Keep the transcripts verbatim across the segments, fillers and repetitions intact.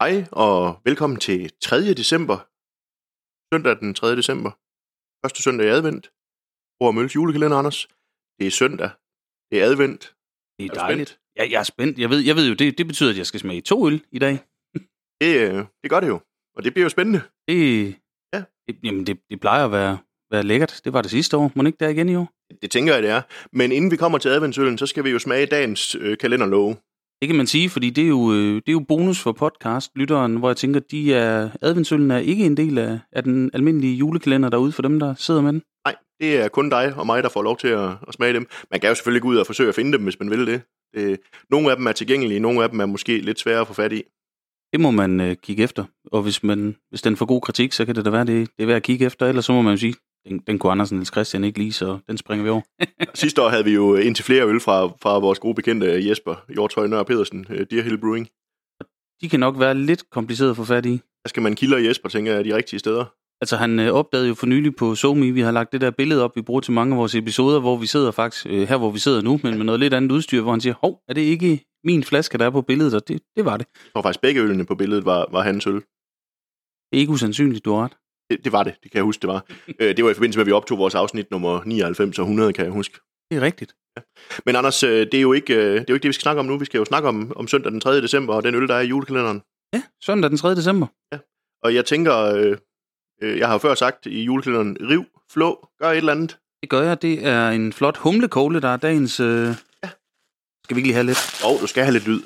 Hej og velkommen til tredje december. Søndag den tredje december. Første søndag i advent. Hvor Mølles julekalender, Anders. Det er søndag. Det er advent. Det er, er dejligt. Ja, jeg er spændt. Jeg ved, jeg ved jo, det, det betyder, at jeg skal smage to øl i dag. det, det gør det jo. Og det bliver jo spændende. Det, ja. det, jamen, det, det plejer at være, være lækkert. Det var det sidste år. Må ikke der igen i år? Det tænker jeg, det er. Men inden vi kommer til adventsøllen, så skal vi jo smage dagens øh, kalenderlove. Det kan man sige, fordi det er jo, det er jo bonus for podcast-lytteren, hvor jeg tænker, at de er, adventsøllen er ikke en del af, af den almindelige julekalender derude for dem, der sidder med den. Nej, det er kun dig og mig, der får lov til at, at smage dem. Man kan jo selvfølgelig gå ud og forsøge at finde dem, hvis man vil det. det. Nogle af dem er tilgængelige, nogle af dem er måske lidt svære at få fat i. Det må man øh, kigge efter, og hvis, man, hvis den får god kritik, så kan det da være, det, det er værd at kigge efter, ellers så må man jo sige, den, den kunne Andersen Niels Christian ikke lide, så den springer vi over. Sidste år havde vi jo indtil flere øl fra, fra vores gode bekendte Jesper Hjortøj Nørre Pedersen, Deer Hill Brewing. De kan nok være lidt kompliceret at få fat i. Der skal man kilde Jesper, tænker jeg, de rigtige steder. Altså han øh, opdagede jo for nylig på SoMe, vi har lagt det der billede op, vi bruger til mange af vores episoder, hvor vi sidder faktisk, øh, her hvor vi sidder nu, men med noget lidt andet udstyr, hvor han siger, hov, er det ikke min flaske, der er på billedet? Og det, det var det. Jeg tror faktisk, begge ølene på billedet var, var hans øl. Det er ikke usandsynligt, du har ret. Det, det var det, det kan jeg huske, det var. øh, det var i forbindelse med, at vi optog vores afsnit nummer nioghalvfems og hundrede, kan jeg huske. Det er rigtigt. Ja. Men Anders, det er, jo ikke, det er jo ikke det, vi skal snakke om nu. Vi skal jo snakke om, om søndag den tredje december, og den øl, der er i julekalenderen. Ja, søndag den tredje december. Ja, og jeg tænker, øh, øh, jeg har jo før sagt i julekalenderen, riv, flå, gør et eller andet. Det gør jeg. Det er en flot humlekogle, der er dagens... Øh... Ja. Skal vi ikke lige have lidt? Jo, oh, du skal have lidt lyd.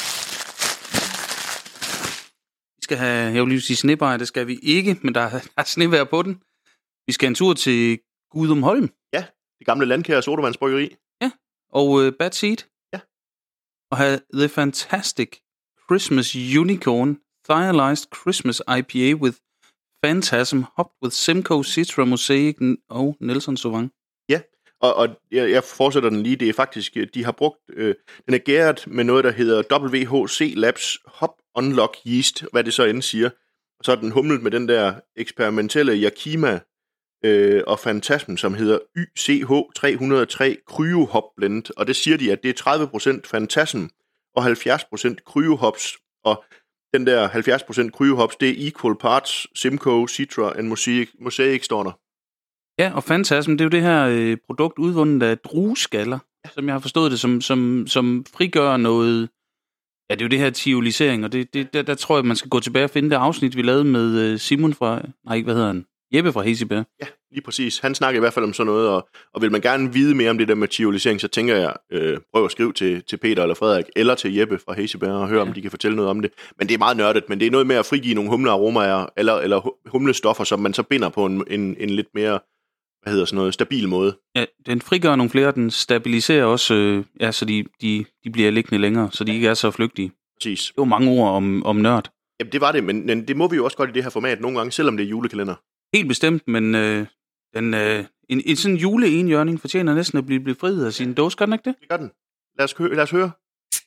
Vi skal have, jeg vil lige sige snebaj, det skal vi ikke, men der er, der er snevejr på den. Vi skal en tur til Gudumholm. Ja, det gamle landkære sodavandsbryggeri. Ja, og uh, Bad Seed. Ja. Og have The Fantastic Christmas Unicorn Thiolized Christmas I P A with Phantasm, hopped with Simcoe, Citra, Mosaic og Nelson Sauvin. Ja, og, og jeg, jeg fortsætter den lige. Det er faktisk, de har brugt, øh, den er gæret med noget, der hedder W H C Labs Hop Unlock Yeast, hvad det så end siger. Og så er den humlet med den der eksperimentelle Yakima øh, og Phantasm, som hedder Y C H tre hundrede og tre Cryo Hop Blend. Og det siger de, at det er tredive procent Phantasm og halvfjerds procent Cryo Hops. Og den der halvfjerds procent Cryo Hops, det er equal parts Simcoe, Citra og Mosaic, Mosaic, står der. Ja, og Phantasm, det er jo det her øh, produkt udvundet af drueskaller, ja. Som jeg har forstået det, som, som, som frigør noget. Ja, det er jo det her tiolisering, og det, det, der, der tror jeg, man skal gå tilbage og finde det afsnit, vi lavede med øh, Simon fra, nej ikke, hvad hedder han? Jeppe fra Hesibær. Ja, lige præcis. Han snakker i hvert fald om sådan noget, og, og vil man gerne vide mere om det der med tiolisering, så tænker jeg, øh, prøv at skrive til, til Peter eller Frederik, eller til Jeppe fra Hesibær, og høre, ja. Om de kan fortælle noget om det. Men det er meget nørdet, men det er noget med at frigive nogle humlearomaer, eller, eller humlestoffer, som man så binder på en, en, en lidt mere, hvad hedder sådan noget, stabil måde. Ja, den frigør nogle flere, den stabiliserer også, øh, ja, så de, de, de bliver liggende længere, så de ikke er så flygtige. Præcis. Det var mange ord om, om nørd. Jamen det var det, men, men det må vi jo også godt i det her format nogle gange, selvom det er julekalender. Helt bestemt, men øh, den, øh, en, en sådan juleenhjørning fortjener næsten at blive befriet af sin dåse, gør den ikke det? Det gør den. Lad os, lad os høre.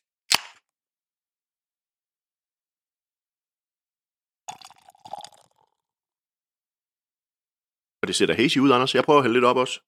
Og det sætter hazy ud, Anders. Jeg prøver at hælde lidt op også.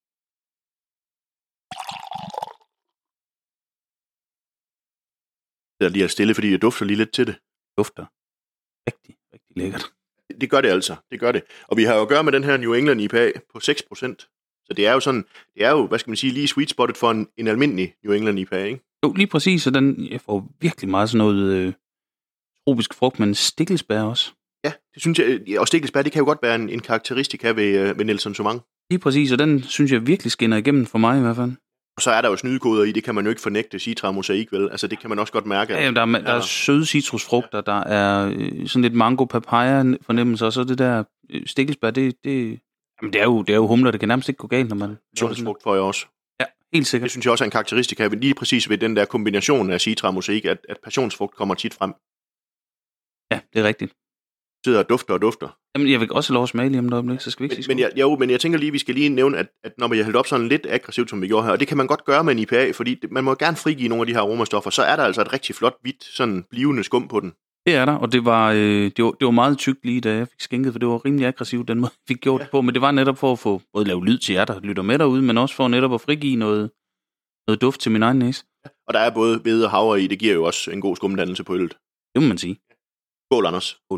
Det er lige stille, fordi jeg dufter lige lidt til det. Dufter. Rigtig, rigtig lækkert. Det gør det altså, det gør det. Og vi har jo at gøre med den her New England I P A på seks procent. Så det er jo sådan, det er jo, hvad skal man sige, lige sweet spottet for en, en almindelig New England I P A, ikke? Jo, lige præcis, og den, jeg får virkelig meget sådan noget øh, tropisk frugt, men stikkelsbær også. Ja, det synes jeg, og stikkelsbær, det kan jo godt være en, en karakteristika ved, ved Nelson Sauvin. Lige præcis, og den synes jeg virkelig skinner igennem for mig i hvert fald. Og så er der jo snydekoder i, det kan man jo ikke fornægte, Citra og Mosaic, vel? Altså, det kan man også godt mærke. Ja, der er, der er søde citrusfrugter, der er øh, sådan lidt mango-papaya-fornemmelse, og så det der øh, stikkelsbær, det, det, jamen, det, er jo, det er jo humler, det kan nærmest ikke gå galt, når man... Sundhedsfrugt får jeg også. Ja, helt sikkert. Det synes jeg også er en karakteristika, lige præcis ved den der kombination af Citra og Mosaic, at, at passionsfrugt kommer tit frem. Ja, det er rigtigt. Sidder og dufter og dufter. Jamen, jeg vil også lov at smage lige om et øjeblik, så skal vi ikke men, sige men, jeg, jo, men jeg tænker lige, vi skal lige nævne, at, at når vi har hældt op sådan lidt aggressivt, som vi gjorde her, og det kan man godt gøre med en I P A, fordi det, man må gerne frigive nogle af de her aromastoffer, så er der altså et rigtig flot, hvidt, sådan blivende skum på den. Det er der, og det var, øh, det var, det var meget tykt lige, da jeg fik skænket, for det var rimelig aggressivt, den måde, jeg fik gjort ja. det på, men det var netop for at få både lave lyd til jer, der lytter med derude, men også for netop at frigive noget, noget duft til min egen næse. Ja. Og der er både hvede og havre i, det giver jo også en god skumdannelse på øllet. Det må man sige. Skål, Anders. Skål.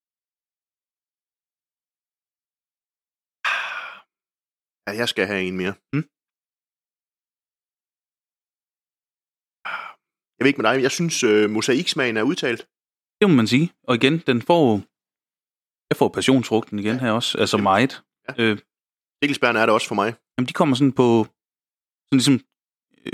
Ja, jeg skal have en mere. Mm. Jeg ved ikke med dig, jeg synes, øh, mosaiksmagen er udtalt. Det må man sige. Og igen, den får... Jeg får passionsfrugten igen ja. her også. Altså meget. Ja. Øh, Stikkelsbærne er det også for mig. Jamen, de kommer sådan på... Sådan ligesom... Øh,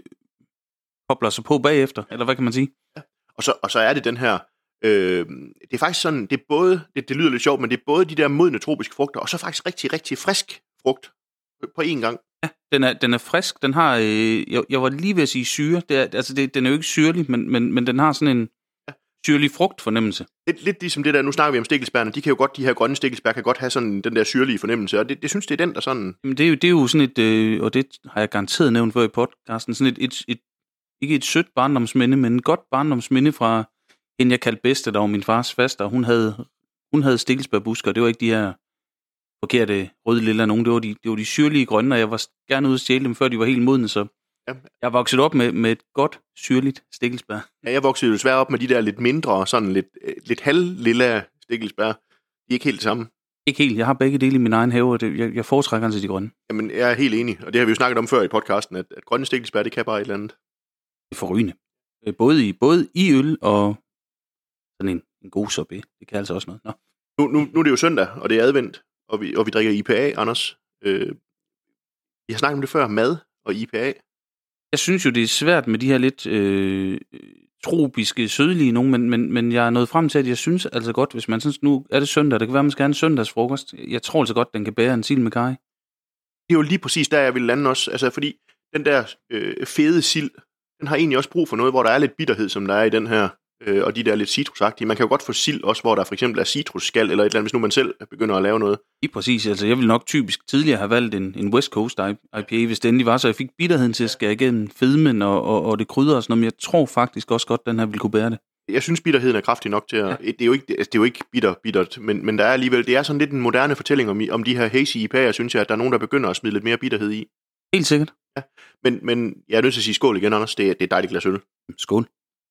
kobler sig på bagefter. Eller hvad kan man sige? Ja. Og, så, og så er det den her... Øh, det er faktisk sådan... Det er både... Det, det lyder lidt sjovt, men det er både de der modne tropiske frugter, og så faktisk rigtig, rigtig frisk frugt på én gang. Ja, den er, den er frisk. Den har... Øh, jeg, jeg var lige ved at sige syre. Det er, altså, det, den er jo ikke syrlig, men, men, men den har sådan en... syrlig frugtfornemmelse. Lidt, lidt ligesom det der, nu snakker vi om stikkelsbærne, de kan jo godt, de her grønne stikkelsbær kan godt have sådan den der syrlige fornemmelse, og det, det synes det er den, der sådan... Jamen det er jo, det er jo sådan et, øh, og det har jeg garanteret nævnt før i podcasten, sådan et, et, et ikke et sødt barndomsminde, men et godt barndomsminde fra en, jeg kaldte bedste, der var min fars faster. Hun havde, hun havde stikkelsbærbusker, det var ikke de her forkerte røde lilla nogen, det var de, det var de syrlige grønne, og jeg var gerne ude at stjæle dem, før de var helt modne, så ja. Jeg voksede op med, med et godt, syrligt stikkelsbær. Ja, jeg voksede jo desværre op med de der lidt mindre, sådan lidt, lidt halv-lilla stikkelsbær. De er ikke helt det samme. Ikke helt. Jeg har begge dele i min egen have, og det, jeg, jeg foretrækker altså de grønne. Jamen, jeg er helt enig, og det har vi jo snakket om før i podcasten, at, at grønne stikkelsbær, det kan bare et eller andet. Det er forrygende. Både i, både i øl og sådan en, en god sorbet. Det kan altså også noget. Nå. Nu, nu, nu er det jo søndag, og det er advent, og vi, og vi drikker I P A, Anders. Øh, vi har snakket om det før, mad og I P A. Jeg synes jo, det er svært med de her lidt øh, tropiske, sødlige nogen, men, men, men jeg er nået frem til, at jeg synes altså godt, hvis man synes, nu er det søndag, det kan være, at man skal have en søndagsfrokost. Jeg tror altså godt, den kan bære en sild med kaj. Det er jo lige præcis der, jeg vil lande også. Altså, fordi den der øh, fede sild, den har egentlig også brug for noget, hvor der er lidt bitterhed, som der er i den her, øh, og de der lidt citrusagtige. Man kan jo godt få sild også, hvor der for eksempel er citrusskal, eller et eller andet, hvis nu man selv begynder at lave noget. Lige præcis. Altså, jeg ville nok typisk tidligere have valgt en, en West Coast I P A, hvis det endelig var, så jeg fik bitterheden til at skære igennem fedmen og, og, og det krydder og sådan noget, men jeg tror faktisk også godt, den her ville kunne bære det. Jeg synes, bitterheden er kraftig nok til at... Ja. Det er jo ikke, det er jo ikke bitter, bittert, men, men der er alligevel... Det er sådan lidt en moderne fortælling om, om de her hazy I P A'er, synes jeg, at der er nogen, der begynder at smide lidt mere bitterhed i. Helt sikkert. Ja. Men, men jeg er nødt til at sige skål igen, Anders. Det er, det er dejligt glas øl. Skål.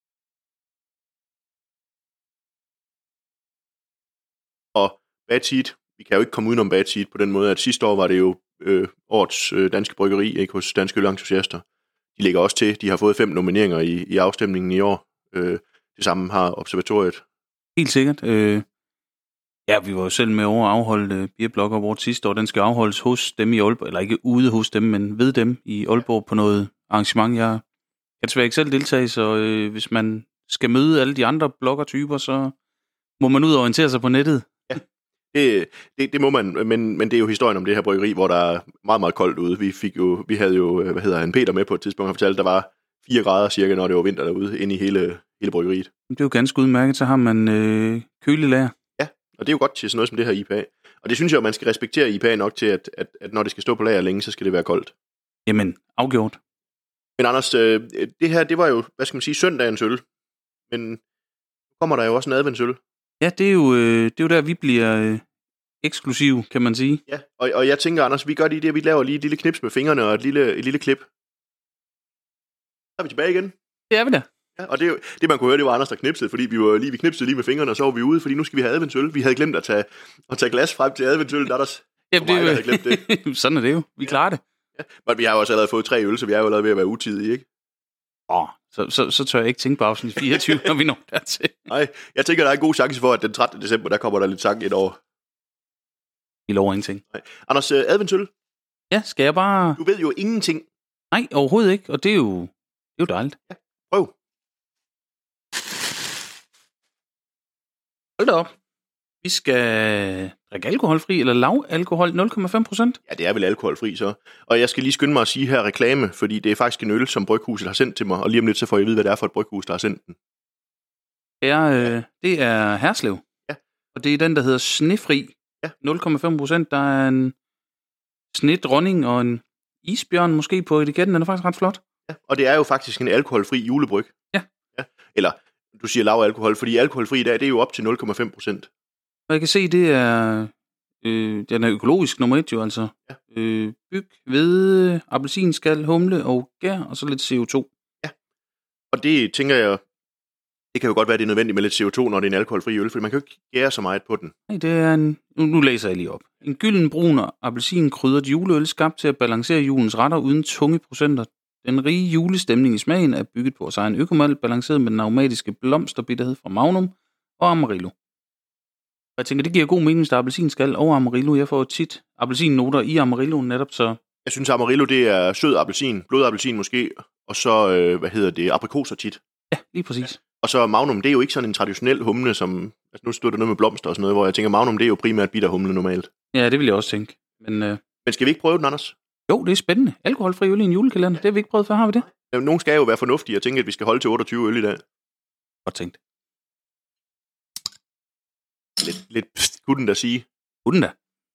Og Bad Seed, vi kan jo ikke komme udenom Bad Seed på den måde, at sidste år var det jo øh, årets øh, danske bryggeri, ikke, hos Danske Ølentusiaster. De ligger også til, de har fået fem nomineringer i, i afstemningen i år. Øh, det samme har Observatoriet. Helt sikkert. Øh, ja, vi var jo selv med over at afholde øh, Beer Blog Award sidste år. Den skal afholdes hos dem i Aalborg, eller ikke ude hos dem, men ved dem i Aalborg på noget arrangement. Jeg kan desværre ikke selv deltage, så øh, hvis man skal møde alle de andre bloggertyper, så må man ud og orientere sig på nettet. Ja, det, det, det må man, men, men det er jo historien om det her bryggeri, hvor der er meget, meget koldt ude. Vi, fik jo, vi havde jo, hvad hedder han, Peter med på et tidspunkt, han fortalte, der var fire grader cirka, når det var vinter derude, inde i hele, hele bryggeriet. Det er jo ganske udmærket, så har man øh, kølelager. Ja, og det er jo godt til sådan noget som det her I P A. Og det synes jeg, at man skal respektere I P A nok til, at, at, at når det skal stå på lager længe, så skal det være koldt. Jamen, afgjort. Men Anders, øh, det her, det var jo, hvad skal man sige, søndagens øl. Men nu kommer der jo også en adventsøl. Ja, det er jo, øh, det er jo der, vi bliver øh, eksklusiv, kan man sige. Ja, og, og jeg tænker, Anders, vi gør lige det, at vi laver lige et lille knips med fingrene og et lille, et lille klip. Så er vi tilbage igen. Det er vi da. Ja, og det, det, man kunne høre, det var Anders, der knipsede, fordi vi var lige, vi knipsede lige med fingrene, og så var vi ude, fordi nu skal vi have adventsøl. Vi havde glemt at tage, at tage glas frem til adventsøl, der er der Jamen, det, mig, der havde glemt det. Sådan er det jo. Vi klarer det. Ja, men vi har jo også allerede fået tre øl, så vi er jo allerede ved at være utidige, ikke? Åh, så, så, så tør jeg ikke tænke på afsnit fireogtyve, når vi når dertil. Nej, jeg tænker, der er en god chance for, at den trettende december, der kommer der lidt sang ind over. Vi lover ingenting. Nej. Anders, uh, adventsøl? Ja, skal jeg bare... Du ved jo ingenting. Nej, overhovedet ikke, og det er jo, det er jo dejligt. Ja, prøv. Hold da op. Vi skal drikke alkoholfri, eller lav alkohol, nul komma fem procent. Ja, det er vel alkoholfri så. Og jeg skal lige skynde mig at sige her reklame, fordi det er faktisk en øl, som bryghuset har sendt til mig, og lige om lidt så får jeg at vide, hvad det er for et bryghus, der har sendt den. Ja, øh, det er Herslev. Ja. Og det er den, der hedder Snefri. Ja. nul komma fem procent. Der er en snedronning og en isbjørn måske på etiketten. Den er faktisk ret flot. Ja, og det er jo faktisk en alkoholfri julebryg. Ja. Ja. Eller, du siger lav alkohol, fordi alkoholfri i dag, det er jo op til nul komma fem procent. Og jeg kan se, det er, øh, den er økologisk nummer et jo altså. Ja. Øh, byg, hvede, appelsinskal, humle og gær, og så lidt C O to. Ja, og det tænker jeg, Det kan jo godt være, det er nødvendigt med lidt C O to, når det er en alkoholfri øl, for man kan jo ikke gære så meget på den. Nej, det er en... Nu, nu læser jeg lige op. En gylden brun og appelsinkrydret juleøl skabt til at balancere julens retter uden tunge procenter. Den rige julestemning i smagen er bygget på vores egen økomalt, balanceret med den aromatiske blomsterbitterhed fra Magnum og Amarillo. Jeg tænker, det giver god mening, hvis der er appelsinskal og Amarillo. Jeg får tit appelsinnoter i Amarillo netop, så... Jeg synes, Amarillo, det er sød appelsin, blodappelsin måske, og så, øh, hvad hedder det, aprikoser tit. Ja, lige præcis. Og så Magnum, det er jo ikke sådan en traditionel humle, som... Altså nu stod der noget med blomster og sådan noget, hvor jeg tænker, Magnum, det er jo primært bitter humle normalt. Ja, det vil jeg også tænke. Men, øh... Men skal vi ikke prøve den, Anders? Jo, det er spændende. Alkoholfri øl i en julekalender, det har vi ikke prøvet før, har vi det? Nogen skal jo være fornuftige og tænke, at vi skal holde til otteogtyve øl i dag. Godt tænkt. Lidt, lidt pst, kunne den da sige. Kunne den da.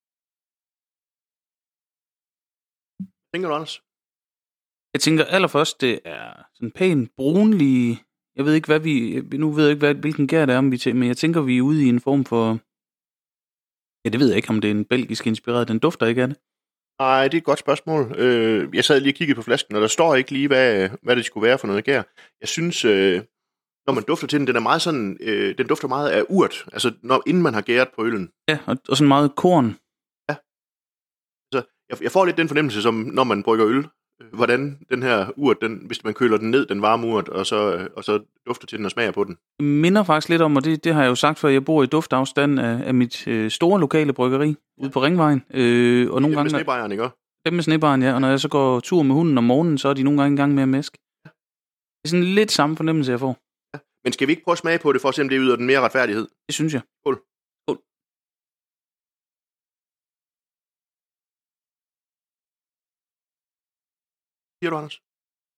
Tænker du, Anders? Jeg tænker allerførst, det er sådan pænt brunlig... Jeg ved ikke, hvad vi... Nu ved jeg ikke, hvad, hvilken gær det er, om vi til, men jeg tænker, vi er ude i en form for... Ja, det ved jeg ikke, om det er en belgisk inspireret. Den dufter ikke af det. Nej, det er et godt spørgsmål. Øh, jeg sad lige og kiggede på flasken, og der står ikke lige, hvad, hvad det skulle være for noget gær. Jeg synes, øh, når man dufter til den, den er meget sådan... Øh, den dufter meget af urt, altså når, inden man har gæret på øllen. Ja, og, og sådan meget korn. Ja. Så jeg, jeg får lidt den fornemmelse, som når man brygger øl. Hvordan den her urt, den, hvis man køler den ned, den varme urt, og så, og så dufter til den og smager på den. Det minder faktisk lidt om, og det, det har jeg jo sagt før, jeg bor i duftafstand af, af mit øh, store lokale bryggeri ude på Ringvejen. Øh, og nogle dem gange, med snebajeren, ikke? Dem med snebajeren, ja. Og når jeg så går tur med hunden om morgenen, så er de nogle gange i gang med at mæske. Ja. Det er sådan lidt samme fornemmelse, jeg får. Ja. Men skal vi ikke prøve at smage på det, for at se, om det yder den mere retfærdighed? Det synes jeg. Skål. Skål. Siger du, Anders?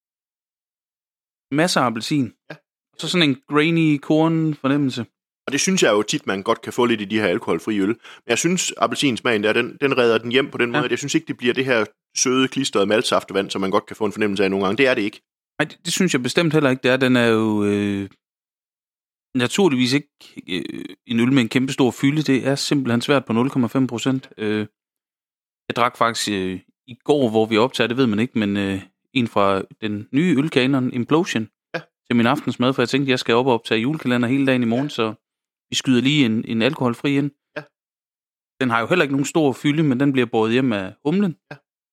Masser af appelsin. Ja. Og så sådan en grainy korn fornemmelse. Og det synes jeg jo tit, man godt kan få lidt i de her alkoholfri øl. Men jeg synes, appelsinsmagen der, den, den redder den hjem på den måde. Ja. Jeg synes ikke, det bliver det her søde, klistrede maltsaftevand, som man godt kan få en fornemmelse af nogle gange. Det er det ikke. Nej, det, det synes jeg bestemt heller ikke. Det er, den er jo øh, naturligvis ikke øh, en øl med en kæmpe stor fylde. Det er simpelthen svært på nul komma fem procent. Øh, jeg drak faktisk øh, i går, hvor vi optager, det ved man ikke, men øh, en fra den nye ølkanon, Implosion, ja, til min aftensmad, for jeg tænkte, jeg skal op og optage julekalender hele dagen i morgen, ja, så vi skyder lige en, en alkoholfri ind. Ja. Den har jo heller ikke nogen stor fylde, men den bliver båret hjem af humlen. Ja.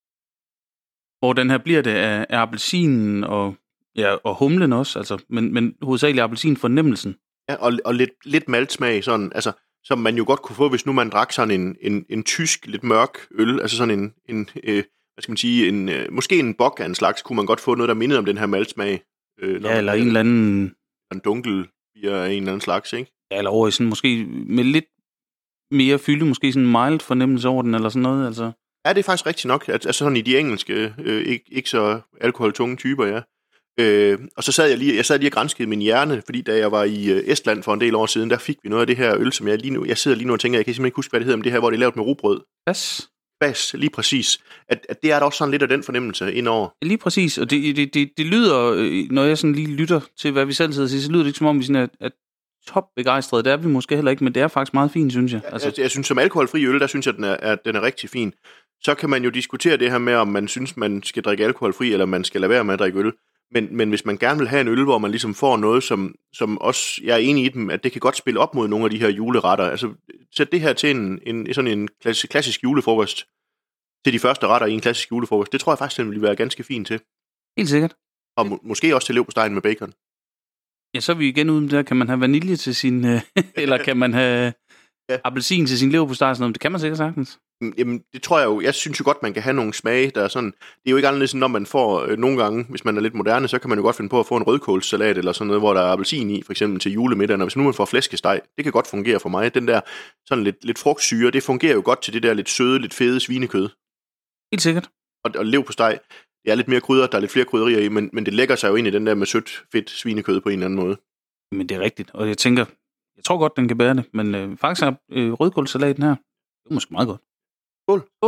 Hvor den her bliver det af, af appelsinen og, ja, og humlen også, altså, men, men hovedsageligt appelsin fornemmelsen. Ja, og, og lidt, lidt maltsmag, sådan, altså, som man jo godt kunne få, hvis nu man drak sådan en, en, en tysk, lidt mørk øl, altså sådan en, en øh, hvad skal man sige, en, øh, måske en bok af en slags, kunne man godt få noget, der mindede om den her maltsmag. Øh, ja, eller en eller anden... En dunkel bier af en eller anden slags, ikke? Ja, eller over i sådan, måske med lidt mere fylde, måske sådan en mild fornemmelse over den, eller sådan noget, altså. Ja, det er faktisk rigtigt nok, altså sådan i de engelske, øh, ikke, ikke så alkoholtunge typer, ja. Øh, og så sad jeg lige, jeg sad lige og granskede min hjerne, fordi da jeg var i øh, Estland for en del år siden, der fik vi noget af det her øl, som jeg lige nu, jeg sidder lige nu og tænker, jeg kan simpelthen ikke huske, hvad det hedder, men det her, hvor det er lavet med rugbrød. Bas. Bas, lige præcis. At, at det er der også sådan lidt af den fornemmelse indover. Lige præcis, og det, det, det, det lyder, når jeg sådan lige lytter til, hvad vi selv sidder og siger, så lyder det ikke som om, vi sådan er, er top begejstrede. Det er vi måske heller ikke, men det er faktisk meget fint, synes jeg. Altså, jeg, jeg synes, som alkoholfri øl, der synes jeg, den er, at den er rigtig fin. Så kan man jo diskutere det her med, om man synes, man skal drikke alkoholfri, eller man skal lade være med at drikke øl. Men, men hvis man gerne vil have en øl, hvor man ligesom får noget, som, som også, jeg er enig i dem, at det kan godt spille op mod nogle af de her juleretter. Altså, sæt det her til en, en sådan en klassisk, klassisk julefrokost, til de første retter i en klassisk julefrokost. Det tror jeg faktisk, den vil være ganske fint til. Helt sikkert. Og må, måske også til leverpostejen med bacon. Ja, så er vi igen ude der. Kan man have vanilje til sin... Øh, eller kan man have ja. appelsin til sin leverpostej? Sådan noget? Det kan man sikkert sagtens. Jamen, det tror jeg jo. Jeg synes jo godt, man kan have nogle smage, der er sådan... Det er jo ikke anderledes, når man får øh, nogle gange, hvis man er lidt moderne, så kan man jo godt finde på at få en rødkålssalat eller sådan noget, hvor der er appelsin i, for eksempel til julemiddagen. Og hvis nu man får flæskesteg, det kan godt fungere for mig. Den der sådan lidt, lidt frugtsyre, det fungerer jo godt til det der lidt søde, lidt fede svinekød. Helt sikkert. Og, og leverpostej, det er lidt mere krydder, der er lidt flere krydderier i, men, men det lægger sig jo ind i den der med sødt, fedt svinekød på en eller anden måde. Men det er rigtigt, og jeg tænker, jeg tror godt, den kan bære det, men øh, faktisk er øh, rødkålsalaten her, det er måske meget godt. Skål. Skål.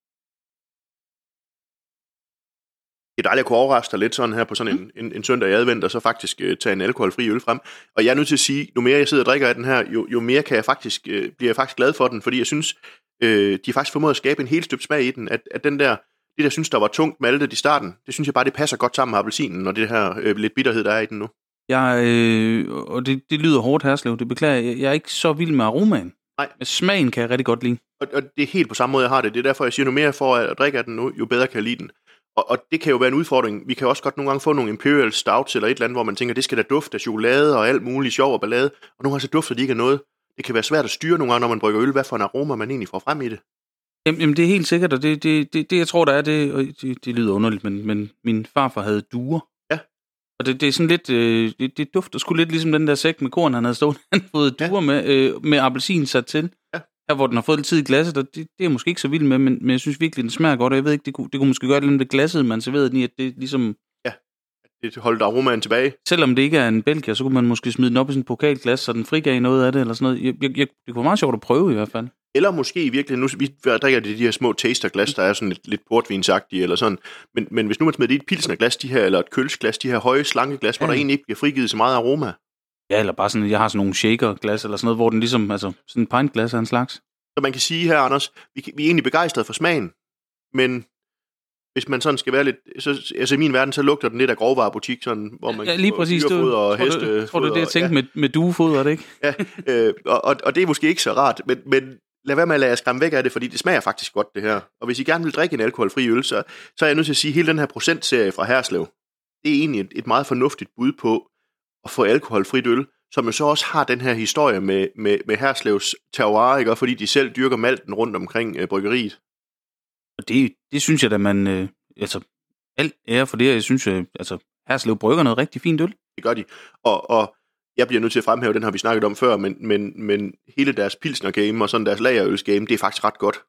Det er dejligt at kunne overraske dig lidt sådan her på sådan en, en, en søndag i advent, og så faktisk øh, tage en alkoholfri øl frem. Og jeg er nødt til at sige, jo mere jeg sidder og drikker af den her, jo, jo mere kan jeg faktisk, øh, bliver jeg faktisk glad for den, fordi jeg synes, øh, de har faktisk formået at skabe en helt støbt smag i den, at, at den der, det der synes, der var tungt maltet i starten, det synes jeg bare, det passer godt sammen med appelsinen, og det her øh, lidt bitterhed, der er i den nu. Jeg, øh, og det, det lyder hårdt, Herslev, det beklager jeg. Jeg er ikke så vild med aromaen. Nej. Men smagen kan jeg rigtig godt lide. Og, og det er helt på samme måde, jeg har det. Det er derfor, jeg siger, nu mere for at drikke af den nu, jo bedre kan jeg lide den. Og, og det kan jo være en udfordring. Vi kan også godt nogle gange få nogle Imperial Stouts eller et eller andet, hvor man tænker, det skal da dufte af chokolade og alt muligt sjov og ballade. Og nogle gange så dufter de ikke af noget. Det kan være svært at styre nogle gange, når man brygger øl, hvad for en aroma man egentlig får frem i det. Jamen, jamen det er helt sikkert, og det, det, det, det jeg tror, der er det, og det, det lyder underligt, men, men min farfar havde duer. Ja. Og det, det er sådan lidt, øh, det, det dufter sgu lidt ligesom den der sæk med korn, han havde stået. Han havde fået duer ja. med, øh, med appelsin sat til. Ja. Her, hvor den har fået lidt tid i glasset, og det, det er jeg måske ikke så vild med, men, men jeg synes virkelig, den smager godt, og jeg ved ikke, det kunne, det kunne måske gøre det lidt det glasset, man serverede den i, at det ligesom... Ja, det holdt aromaen tilbage. Selvom det ikke er en belgier, så kunne man måske smide den op i sådan en pokalglas, så den frigav noget af det, eller sådan noget. Jeg, jeg, jeg, det kunne være meget sjovt at prøve i hvert fald. Eller måske i virkeligheden, nu vi drikker det de her små tasterglas, der er sådan lidt, lidt portvinsagtige eller sådan, men, men hvis nu man smider det i et pilsnerglas, de her, eller et kølsglas, de her høje, slanke glas, ja. Hvor der egentlig ikke bliver frigivet så meget aroma. Ja, eller bare sådan, jeg har sådan nogle shakerglas eller sådan noget, hvor den ligesom, altså sådan en pintglas af en slags. Så man kan sige her, Anders, vi, vi er egentlig begejstrede for smagen, men hvis man sådan skal være lidt, så, altså i min verden, så lugter den lidt af grovvarebutik, sådan, hvor man ja, lige præcis, dyrefoder og tror heste. Du, tror du det, jeg tænkte ja. med, med duefoder, er det ikke? Ja, øh, og, og det er måske ikke så rart, men, men lad være med at lade jer skræmme væk af det, fordi det smager faktisk godt, det her. Og hvis I gerne vil drikke en alkoholfri øl, så, så er jeg nødt til at sige, at hele den her procentserie fra Herslev, det er egentlig et, et meget fornuftigt bud på at få alkoholfrit øl, som jo så også har den her historie med, med, med Herslevs terroir, ikke? Fordi de selv dyrker malten rundt omkring øh, bryggeriet. Og det, det synes jeg, at man, øh, altså, alt ære for det, jeg synes, øh, altså, Herslev brygger noget rigtig fint øl. Det gør de, og, og jeg bliver nødt til at fremhæve, den har vi snakket om før, men, men, men hele deres pilsner-game og sådan deres lagerølsgame, det er faktisk ret godt.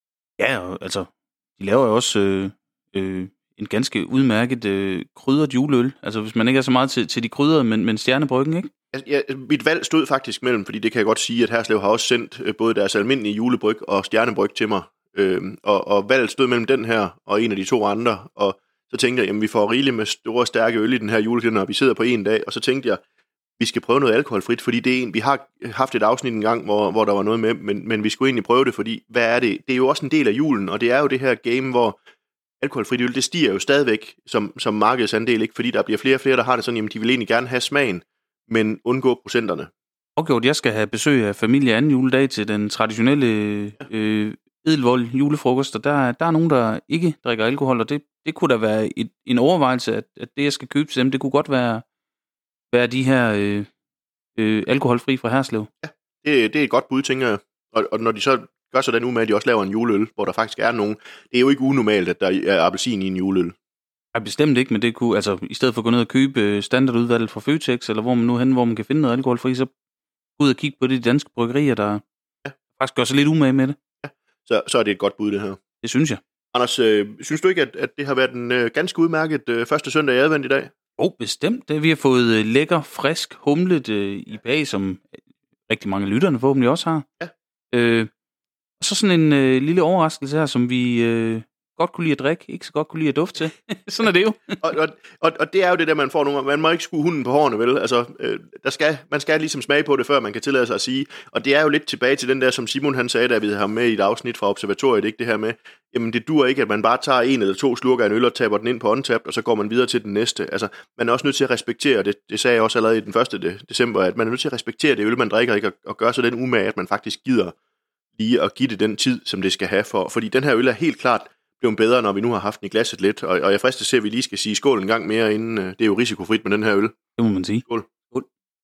Ja, og, altså, de laver jo også øh, øh, en ganske udmærket øh, krydret juleøl. Altså, hvis man ikke er så meget til, til de krydrede, men, men stjernebryggen, ikke? Ja, mit valg stod faktisk mellem, fordi det kan jeg godt sige, at Herslev har også sendt øh, både deres almindelige julebryg og stjernebryg til mig. Øh, og, og valget stod mellem den her og en af de to andre, og så tænkte jeg, jamen vi får rigeligt med store, stærke øl i den her julekalender, og vi sidder på en dag, og så tænkte jeg, vi skal prøve noget alkoholfrit, fordi det er en, vi har haft et afsnit en gang, hvor, hvor der var noget med, men, men vi skulle egentlig prøve det, fordi hvad er det? Det er jo også en del af julen, og det er jo det her game, hvor alkoholfrit øl, det stiger jo stadigvæk som, som markedsandel, ikke? Fordi der bliver flere og flere, der har det sådan, jamen de vil egentlig gerne have smagen, men undgå procenterne. Okay, jeg skal have besøg af familie anden juledag til den traditionelle øh, Edelvold julefrokost, og der, der er nogen, der ikke drikker alkohol, og det, det kunne da være et, en overvejelse, at, at det, jeg skal købe til dem, det kunne godt være, være de her øh, øh, alkoholfri fra Herslev. Ja, det, det er et godt bud, tænker jeg. Og, og når de så gør så den umage, at de også laver en juleøl, hvor der faktisk er nogen, det er jo ikke unormalt, at der er appelsin i en juleøl. Ja, bestemt ikke, men det kunne, altså i stedet for at gå ned og købe standardudvalget fra Føtex, eller hvor man nu hen, hvor man kan finde noget alkoholfri, så gå ud og kigge på de danske bryggerier, der ja. faktisk gør sig lidt umage med det. Ja, så, så er det et godt bud, det her. Det synes jeg. Anders, øh, synes du ikke, at, at det har været en øh, ganske udmærket øh, første søndag i advent i dag? Jo, oh, bestemt. Det, vi har fået øh, lækker, frisk, humlet øh, I P A, som rigtig mange af lytterne forhåbentlig også har. Ja. Øh, og så sådan en øh, lille overraskelse her, som vi øh, godt kunne lide at drikke, ikke så godt kunne lide at dufte til. Sådan er det jo. og, og, og, og det er jo det der, man får nogle. Man må ikke skue hunden på hårene, vel? Altså, øh, der skal, man skal ligesom smage på det, før man kan tillade sig at sige. Og det er jo lidt tilbage til den der, som Simon han sagde, da vi havde ham med i et afsnit fra Observatoriet, ikke det her med, jamen det dur ikke, at man bare tager en eller to slurker af en øl og taber den ind på untapped, og så går man videre til den næste. Altså, man er også nødt til at respektere, det, det sagde jeg også allerede i den første december, at man er nødt til at respektere det øl, man drikker, ikke? Og, og gøre så den umage, at man faktisk gider lige at give det den tid, som det skal have for. Fordi den her øl er helt klart blevet bedre, når vi nu har haft den i glasset lidt, og, og jeg fristes til, at vi lige skal sige skål en gang mere, inden uh, det er jo risikofrit med den her øl. Det må man sige. Skål. Skål.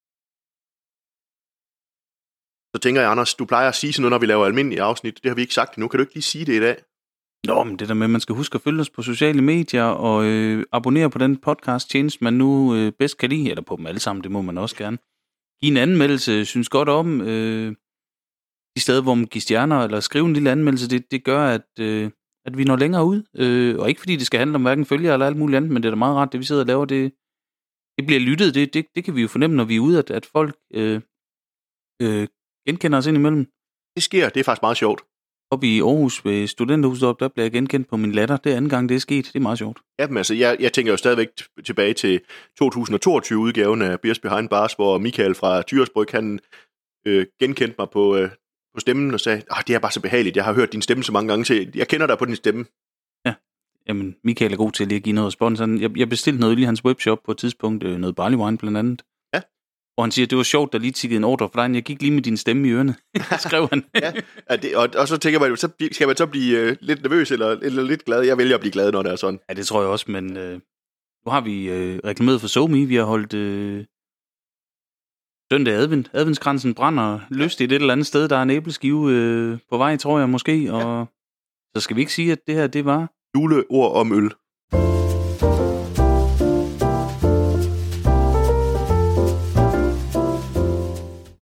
Så tænker jeg, Anders, du plejer at sige sådan noget, når vi laver almindelige afsnit. Det har vi ikke sagt endnu. Kan du ikke lige sige det i dag? Nå, men det der med, at man skal huske at følge os på sociale medier og øh, abonnere på den podcast-tjeneste, man nu øh, bedst kan lide, eller på dem alle sammen, det må man også gerne. Giv en anmeldelse, synes godt om øh, de steder, hvor man giver stjerner, eller skrive en lille anmeldelse, det, det gør, at, øh, at vi når længere ud. Øh, og ikke fordi det skal handle om hverken følger eller alt muligt andet, men det er da meget rart, det vi sidder og laver, det, det bliver lyttet, det, det, det kan vi jo fornemme, når vi er ude, at, at folk øh, øh, genkender os indimellem. Det sker, det er faktisk meget sjovt. Oppe i Aarhus ved Studenterhuset op, der bliver jeg genkendt på min latter. Det er anden gang, det er sket. Det er meget sjovt. Ja, men altså, jeg, jeg tænker jo stadigvæk t- tilbage til to tusind og toogtyve-udgaven af Beers Behind Bars, hvor Michael fra Tyresbryg, han øh, genkendte mig på, øh, på stemmen og sagde, ah, det er bare så behageligt, jeg har hørt din stemme så mange gange til. Jeg kender dig på din stemme. Ja, jamen, Michael er god til lige at give noget respons. Jeg, jeg bestilte noget øl i hans webshop på et tidspunkt, noget barley wine blandt andet. Ja. Og han siger, at det var sjovt, der lige tikkede en ordre for dig, jeg gik lige med din stemme i ørene, skrev han. ja, ja det, og, og så tænker man, så skal man så blive øh, lidt nervøs eller, eller lidt glad? Jeg vælger at blive glad, når det er sådan. Ja, det tror jeg også, men øh, nu har vi øh, reklameret for SoMe. Vi har holdt øh, søndag advent. Adventskransen brænder løst i et eller andet sted. Der er en æbleskive øh, på vej, tror jeg måske. Og ja. Så skal vi ikke sige, at det her, det var... Juleord om øl.